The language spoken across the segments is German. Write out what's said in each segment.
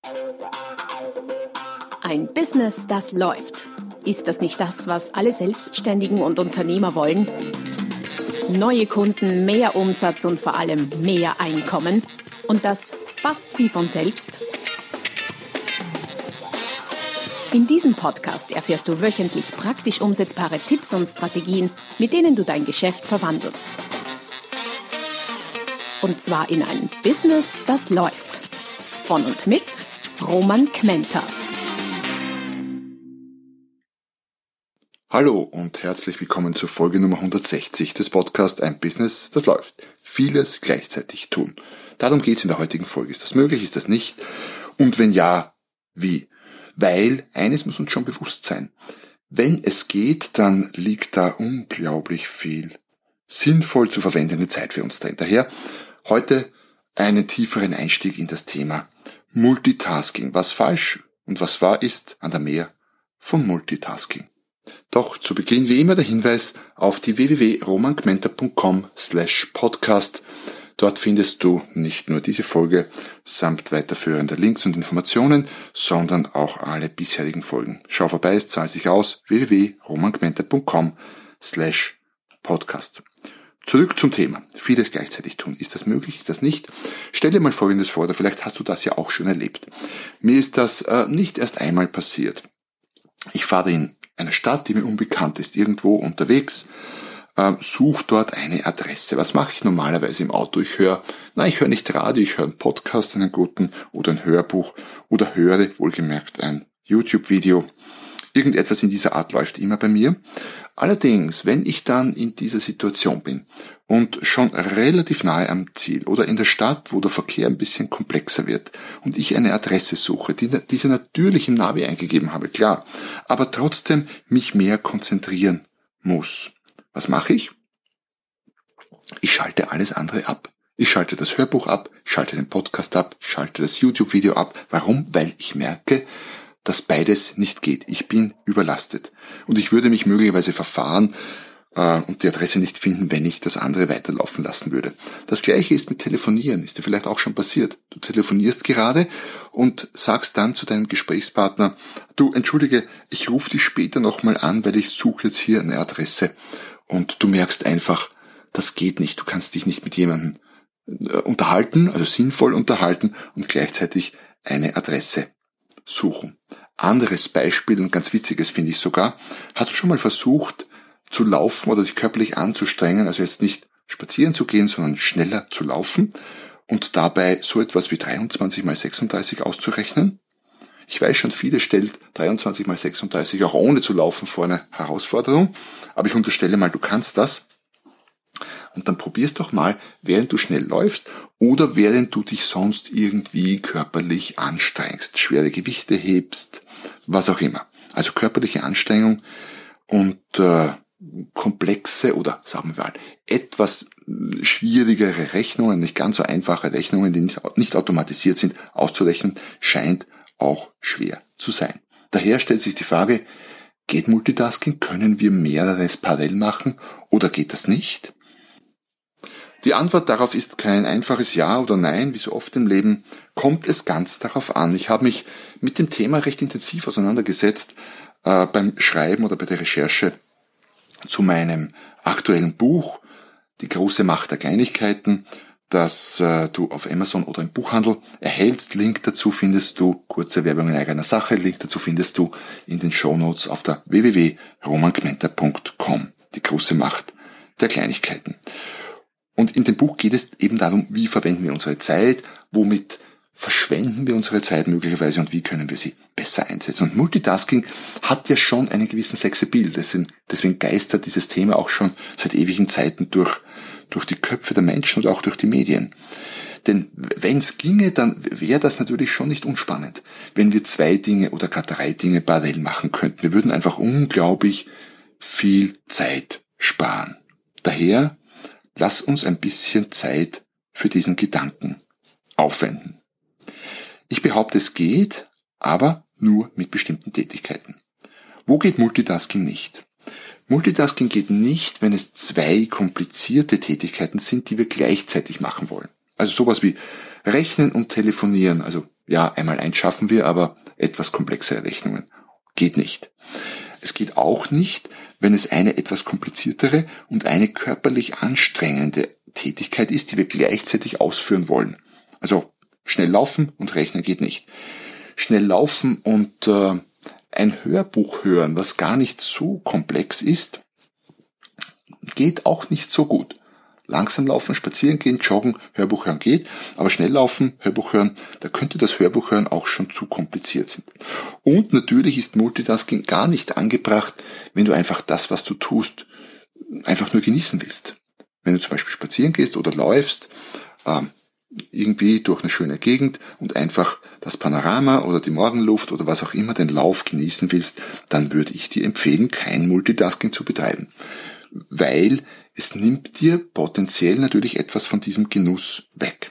Ein Business, das läuft. Ist das nicht das, was alle Selbstständigen und Unternehmer wollen? Neue Kunden, mehr Umsatz und vor allem mehr Einkommen. Und das fast wie von selbst? In diesem Podcast erfährst du wöchentlich praktisch umsetzbare Tipps und Strategien, mit denen du dein Geschäft verwandelst. Und zwar in ein Business, das läuft. Von und mit Roman Kmenter. Hallo und herzlich willkommen zur Folge Nummer 160 des Podcasts Ein Business, das läuft. Vieles gleichzeitig tun. Darum geht es in der heutigen Folge. Ist das möglich, ist das nicht? Und wenn ja, wie? Weil eines muss uns schon bewusst sein. Wenn es geht, dann liegt da unglaublich viel sinnvoll zu verwendende Zeit für uns drin. Daher heute einen tieferen Einstieg in das Thema Multitasking. Was falsch und was wahr ist an der Mehr von Multitasking. Doch zu Beginn wie immer der Hinweis auf die www.romankmenter.com/podcast. Dort findest du nicht nur diese Folge samt weiterführender Links und Informationen, sondern auch alle bisherigen Folgen. Schau vorbei, es zahlt sich aus. www.romankmenter.com/podcast. Zurück zum Thema. Vieles gleichzeitig tun. Ist das möglich? Ist das nicht? Stell dir mal Folgendes vor, oder vielleicht hast du das ja auch schon erlebt. Mir ist das nicht erst einmal passiert. Ich fahre in einer Stadt, die mir unbekannt ist, irgendwo unterwegs, suche dort eine Adresse. Was mache ich normalerweise im Auto? Ich höre nicht Radio, ich höre einen Podcast, einen guten, oder ein Hörbuch, oder höre, wohlgemerkt, ein YouTube-Video. Irgendetwas in dieser Art läuft immer bei mir. Allerdings, wenn ich dann in dieser Situation bin und schon relativ nahe am Ziel oder in der Stadt, wo der Verkehr ein bisschen komplexer wird und ich eine Adresse suche, diese natürlich im Navi eingegeben habe, klar, aber trotzdem mich mehr konzentrieren muss. Was mache ich? Ich schalte alles andere ab. Ich schalte das Hörbuch ab, ich schalte den Podcast ab, ich schalte das YouTube-Video ab. Warum? Weil ich merke, dass beides nicht geht. Ich bin überlastet. Und ich würde mich möglicherweise verfahren und die Adresse nicht finden, wenn ich das andere weiterlaufen lassen würde. Das Gleiche ist mit Telefonieren. Ist dir vielleicht auch schon passiert. Du telefonierst gerade und sagst dann zu deinem Gesprächspartner, du, entschuldige, ich rufe dich später nochmal an, weil ich suche jetzt hier eine Adresse. Und du merkst einfach, das geht nicht. Du kannst dich nicht mit jemandem unterhalten, also sinnvoll unterhalten und gleichzeitig eine Adresse suchen. Anderes Beispiel und ganz witziges finde ich sogar. Hast du schon mal versucht zu laufen oder dich körperlich anzustrengen, also jetzt nicht spazieren zu gehen, sondern schneller zu laufen und dabei so etwas wie 23 mal 36 auszurechnen? Ich weiß schon, viele stellt 23 mal 36 auch ohne zu laufen vor eine Herausforderung, aber ich unterstelle mal, du kannst das. Und dann probierst doch mal, während du schnell läufst oder während du dich sonst irgendwie körperlich anstrengst, schwere Gewichte hebst, was auch immer. Also körperliche Anstrengung und komplexe oder sagen wir mal etwas schwierigere Rechnungen, nicht ganz so einfache Rechnungen, die nicht automatisiert sind, auszurechnen, scheint auch schwer zu sein. Daher stellt sich die Frage, geht Multitasking? Können wir mehreres parallel machen oder geht das nicht? Die Antwort darauf ist kein einfaches Ja oder Nein, wie so oft im Leben, kommt es ganz darauf an. Ich habe mich mit dem Thema recht intensiv auseinandergesetzt beim Schreiben oder bei der Recherche zu meinem aktuellen Buch, Die große Macht der Kleinigkeiten, das du auf Amazon oder im Buchhandel erhältst. Link dazu findest du, kurze Werbung in eigener Sache, Link dazu findest du in den Shownotes auf der www.romankmenter.com. Die große Macht der Kleinigkeiten. Und in dem Buch geht es eben darum, wie verwenden wir unsere Zeit, womit verschwenden wir unsere Zeit möglicherweise und wie können wir sie besser einsetzen. Und Multitasking hat ja schon einen gewissen Sexappeal, deswegen geistert dieses Thema auch schon seit ewigen Zeiten durch die Köpfe der Menschen und auch durch die Medien. Denn wenn es ginge, dann wäre das natürlich schon nicht unspannend, wenn wir 2 Dinge oder gar 3 Dinge parallel machen könnten. Wir würden einfach unglaublich viel Zeit sparen. Daher lass uns ein bisschen Zeit für diesen Gedanken aufwenden. Ich behaupte, es geht, aber nur mit bestimmten Tätigkeiten. Wo geht Multitasking nicht? Multitasking geht nicht, wenn es 2 komplizierte Tätigkeiten sind, die wir gleichzeitig machen wollen. Also sowas wie Rechnen und Telefonieren, also Ja, einmal eins schaffen wir, aber etwas komplexere Rechnungen geht nicht. Es geht auch nicht, wenn es eine etwas kompliziertere und eine körperlich anstrengende Tätigkeit ist, die wir gleichzeitig ausführen wollen. Also schnell laufen und rechnen geht nicht. Schnell laufen und ein Hörbuch hören, was gar nicht so komplex ist, geht auch nicht so gut. Langsam laufen, spazieren gehen, joggen, Hörbuch hören geht, aber schnell laufen, Hörbuch hören, da könnte das Hörbuch hören auch schon zu kompliziert sein. Und natürlich ist Multitasking gar nicht angebracht, wenn du einfach das, was du tust, einfach nur genießen willst. Wenn du zum Beispiel spazieren gehst oder läufst, irgendwie durch eine schöne Gegend und einfach das Panorama oder die Morgenluft oder was auch immer, den Lauf genießen willst, dann würde ich dir empfehlen, kein Multitasking zu betreiben. Weil es nimmt dir potenziell natürlich etwas von diesem Genuss weg.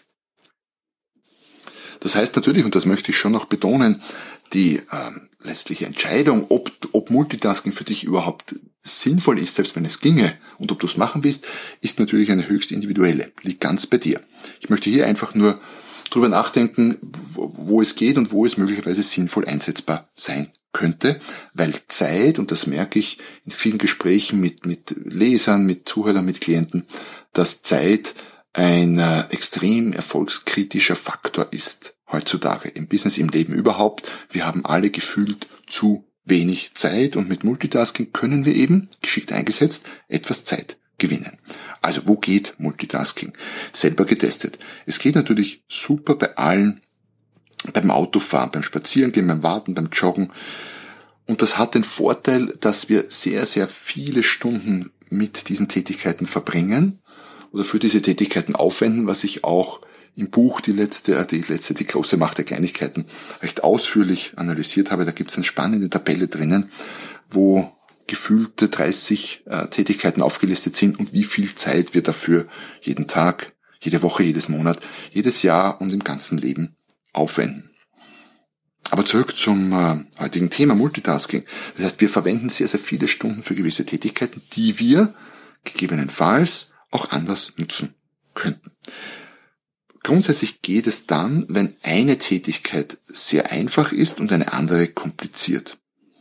Das heißt natürlich, und das möchte ich schon noch betonen, die letztliche Entscheidung, ob Multitasking für dich überhaupt sinnvoll ist, selbst wenn es ginge, und ob du es machen willst, ist natürlich eine höchst individuelle, liegt ganz bei dir. Ich möchte hier einfach nur drüber nachdenken, wo es geht und wo es möglicherweise sinnvoll einsetzbar sein könnte, weil Zeit, und das merke ich in vielen Gesprächen mit Lesern, mit Zuhörern, mit Klienten, dass Zeit ein extrem erfolgskritischer Faktor ist heutzutage im Business, im Leben überhaupt. Wir haben alle gefühlt zu wenig Zeit und mit Multitasking können wir eben, geschickt eingesetzt, etwas Zeit gewinnen. Also wo geht Multitasking? Selber getestet. Es geht natürlich super bei allen, beim Autofahren, beim Spazierengehen, beim Warten, beim Joggen. Und das hat den Vorteil, dass wir sehr, sehr viele Stunden mit diesen Tätigkeiten verbringen oder für diese Tätigkeiten aufwenden, was ich auch im Buch die große Macht der Kleinigkeiten recht ausführlich analysiert habe. Da gibt es eine spannende Tabelle drinnen, wo gefühlte 30 Tätigkeiten aufgelistet sind und wie viel Zeit wir dafür jeden Tag, jede Woche, jedes Monat, jedes Jahr und im ganzen Leben aufwenden. Aber zurück zum heutigen Thema Multitasking. Das heißt, wir verwenden sehr, sehr viele Stunden für gewisse Tätigkeiten, die wir gegebenenfalls auch anders nutzen könnten. Grundsätzlich geht es dann, wenn eine Tätigkeit sehr einfach ist und eine andere kompliziert.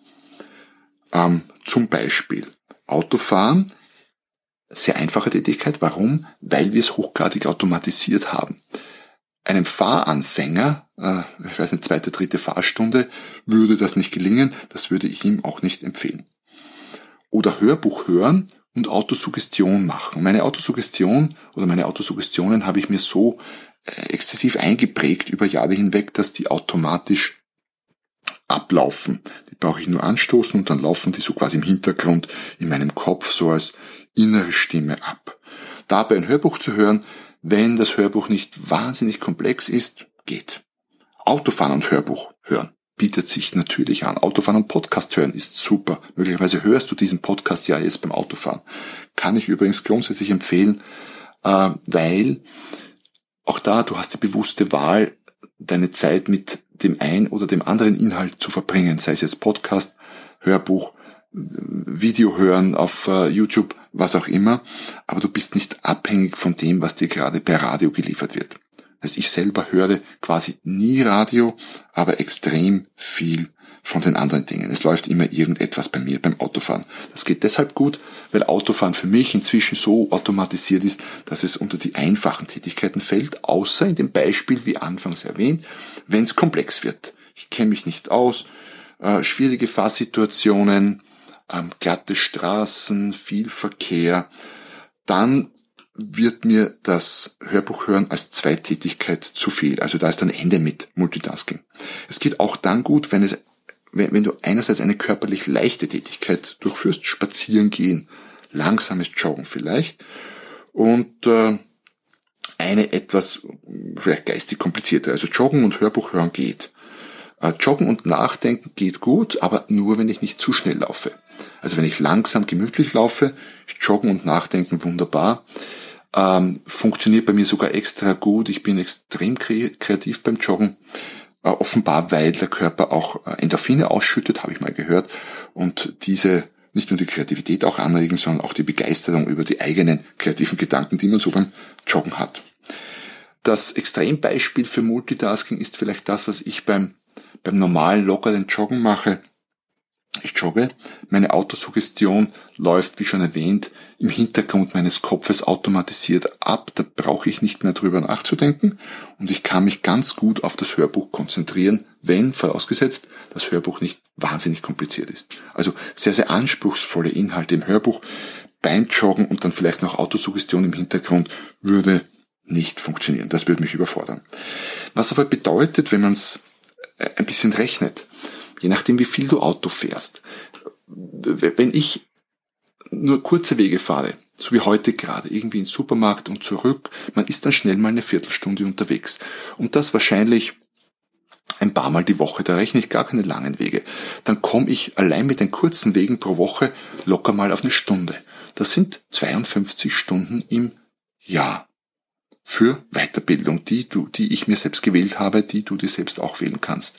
Zum Beispiel Autofahren, sehr einfache Tätigkeit. Warum? Weil wir es hochgradig automatisiert haben. Einem Fahranfänger, ich weiß nicht, 2., 3. Fahrstunde, würde das nicht gelingen, das würde ich ihm auch nicht empfehlen. Oder Hörbuch hören und Autosuggestion machen. Meine Autosuggestionen habe ich mir so exzessiv eingeprägt über Jahre hinweg, dass die automatisch ablaufen. Die brauche ich nur anstoßen und dann laufen die so quasi im Hintergrund in meinem Kopf so als innere Stimme ab. Dabei ein Hörbuch zu hören, wenn das Hörbuch nicht wahnsinnig komplex ist, geht. Autofahren und Hörbuch hören bietet sich natürlich an. Autofahren und Podcast hören ist super. Möglicherweise hörst du diesen Podcast ja jetzt beim Autofahren. Kann ich übrigens grundsätzlich empfehlen, weil auch da, du hast die bewusste Wahl, deine Zeit mit dem ein oder dem anderen Inhalt zu verbringen, sei es jetzt Podcast, Hörbuch, Video hören auf YouTube, was auch immer, aber du bist nicht abhängig von dem, was dir gerade per Radio geliefert wird. Also ich selber höre quasi nie Radio, aber extrem viel von den anderen Dingen. Es läuft immer irgendetwas bei mir beim Autofahren. Das geht deshalb gut, weil Autofahren für mich inzwischen so automatisiert ist, dass es unter die einfachen Tätigkeiten fällt, außer in dem Beispiel, wie anfangs erwähnt, wenn es komplex wird. Ich kenne mich nicht aus, schwierige Fahrsituationen, glatte Straßen, viel Verkehr, dann wird mir das Hörbuch hören als Zweitätigkeit zu viel. Also da ist dann Ende mit Multitasking. Es geht auch dann gut, wenn du einerseits eine körperlich leichte Tätigkeit durchführst, spazieren gehen, langsames Joggen vielleicht, und eine etwas vielleicht geistig komplizierte, also Joggen und Hörbuch hören geht. Joggen und Nachdenken geht gut, aber nur, wenn ich nicht zu schnell laufe. Also wenn ich langsam, gemütlich laufe, ist Joggen und Nachdenken wunderbar. Funktioniert bei mir sogar extra gut. Ich bin extrem kreativ beim Joggen. Offenbar, weil der Körper auch Endorphine ausschüttet, habe ich mal gehört. Und diese nicht nur die Kreativität auch anregen, sondern auch die Begeisterung über die eigenen kreativen Gedanken, die man so beim Joggen hat. Das Extrembeispiel für Multitasking ist vielleicht das, was ich beim normalen, lockeren Joggen mache. Ich jogge, meine Autosuggestion läuft, wie schon erwähnt, im Hintergrund meines Kopfes automatisiert ab. Da brauche ich nicht mehr drüber nachzudenken und ich kann mich ganz gut auf das Hörbuch konzentrieren, wenn, vorausgesetzt, das Hörbuch nicht wahnsinnig kompliziert ist. Also sehr, sehr anspruchsvolle Inhalte im Hörbuch beim Joggen und dann vielleicht noch Autosuggestion im Hintergrund würde nicht funktionieren. Das würde mich überfordern. Was aber bedeutet, wenn man es ein bisschen rechnet, je nachdem, wie viel du Auto fährst. Wenn ich nur kurze Wege fahre, so wie heute gerade, irgendwie in den Supermarkt und zurück, man ist dann schnell mal eine Viertelstunde unterwegs. Und das wahrscheinlich ein paar Mal die Woche, da rechne ich gar keine langen Wege. Dann komme ich allein mit den kurzen Wegen pro Woche locker mal auf eine Stunde. Das sind 52 Stunden im Jahr für Weiterbildung, die ich mir selbst gewählt habe, die du dir selbst auch wählen kannst.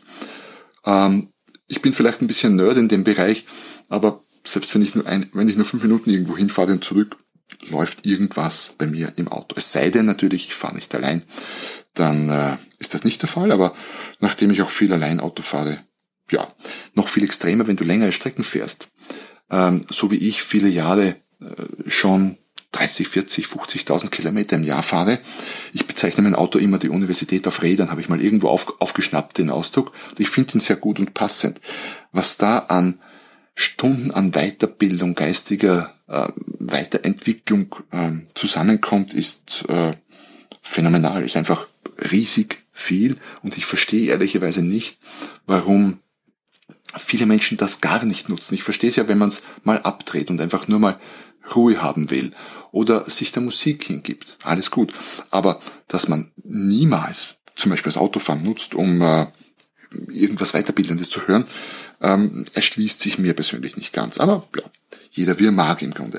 Ich bin vielleicht ein bisschen Nerd in dem Bereich, aber selbst wenn ich nur 5 Minuten irgendwo hinfahre und zurück, läuft irgendwas bei mir im Auto. Es sei denn natürlich, ich fahre nicht allein, dann ist das nicht der Fall, aber nachdem ich auch viel allein Auto fahre, ja, noch viel extremer, wenn du längere Strecken fährst, so wie ich viele Jahre schon 30, 40, 50.000 Kilometer im Jahr fahre. Ich bezeichne mein Auto immer die Universität auf Rädern, habe ich mal irgendwo aufgeschnappt, den Ausdruck. Und ich finde ihn sehr gut und passend. Was da an Stunden an Weiterbildung, geistiger Weiterentwicklung zusammenkommt, ist phänomenal. Ist einfach riesig viel und ich verstehe ehrlicherweise nicht, warum viele Menschen das gar nicht nutzen. Ich verstehe es ja, wenn man es mal abdreht und einfach nur mal Ruhe haben will oder sich der Musik hingibt. Alles gut. Aber dass man niemals zum Beispiel das Autofahren nutzt, um irgendwas Weiterbildendes zu hören, erschließt sich mir persönlich nicht ganz. Aber ja, jeder wie er mag im Grunde.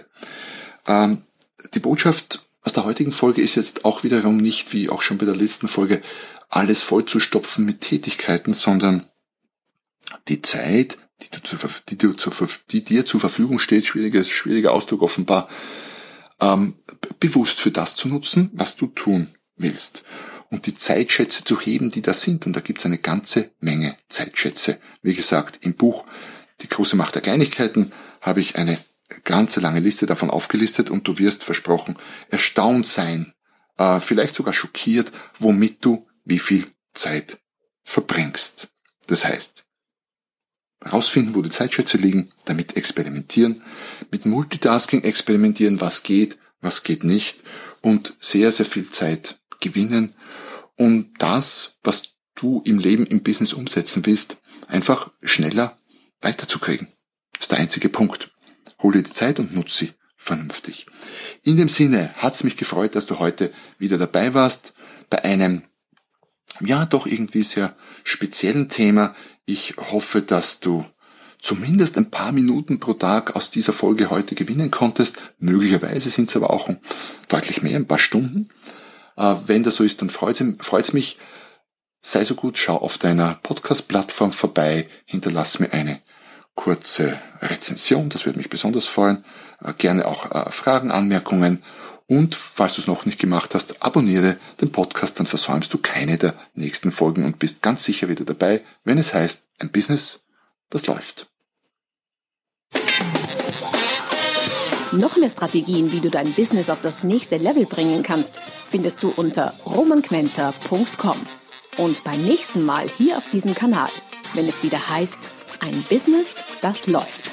Die Botschaft aus der heutigen Folge ist jetzt auch wiederum nicht, wie auch schon bei der letzten Folge, alles vollzustopfen mit Tätigkeiten, sondern die Zeit, die dir zur Verfügung steht, schwieriger Ausdruck offenbar, bewusst für das zu nutzen, was du tun willst. Und die Zeitschätze zu heben, die da sind. Und da gibt es eine ganze Menge Zeitschätze. Wie gesagt, im Buch Die große Macht der Kleinigkeiten habe ich eine ganze lange Liste davon aufgelistet und du wirst, versprochen, erstaunt sein, vielleicht sogar schockiert, womit du wie viel Zeit verbringst. Das heißt, herausfinden, wo die Zeitschätze liegen, damit experimentieren, mit Multitasking experimentieren, was geht nicht und sehr, sehr viel Zeit gewinnen und das, was du im Leben, im Business umsetzen willst, einfach schneller weiterzukriegen. Das ist der einzige Punkt. Hol dir die Zeit und nutze sie vernünftig. In dem Sinne hat's mich gefreut, dass du heute wieder dabei warst bei einem, ja, doch irgendwie sehr speziellen Thema. Ich hoffe, dass du zumindest ein paar Minuten pro Tag aus dieser Folge heute gewinnen konntest. Möglicherweise sind es aber auch deutlich mehr, ein paar Stunden. Wenn das so ist, dann freut's mich. Sei so gut, schau auf deiner Podcast-Plattform vorbei, hinterlass mir eine kurze Rezension, das würde mich besonders freuen. Gerne auch Fragen, Anmerkungen. Und falls du es noch nicht gemacht hast, abonniere den Podcast, dann versäumst du keine der nächsten Folgen und bist ganz sicher wieder dabei, wenn es heißt, ein Business, das läuft. Noch mehr Strategien, wie du dein Business auf das nächste Level bringen kannst, findest du unter romanquenter.com. Und beim nächsten Mal hier auf diesem Kanal, wenn es wieder heißt, ein Business, das läuft.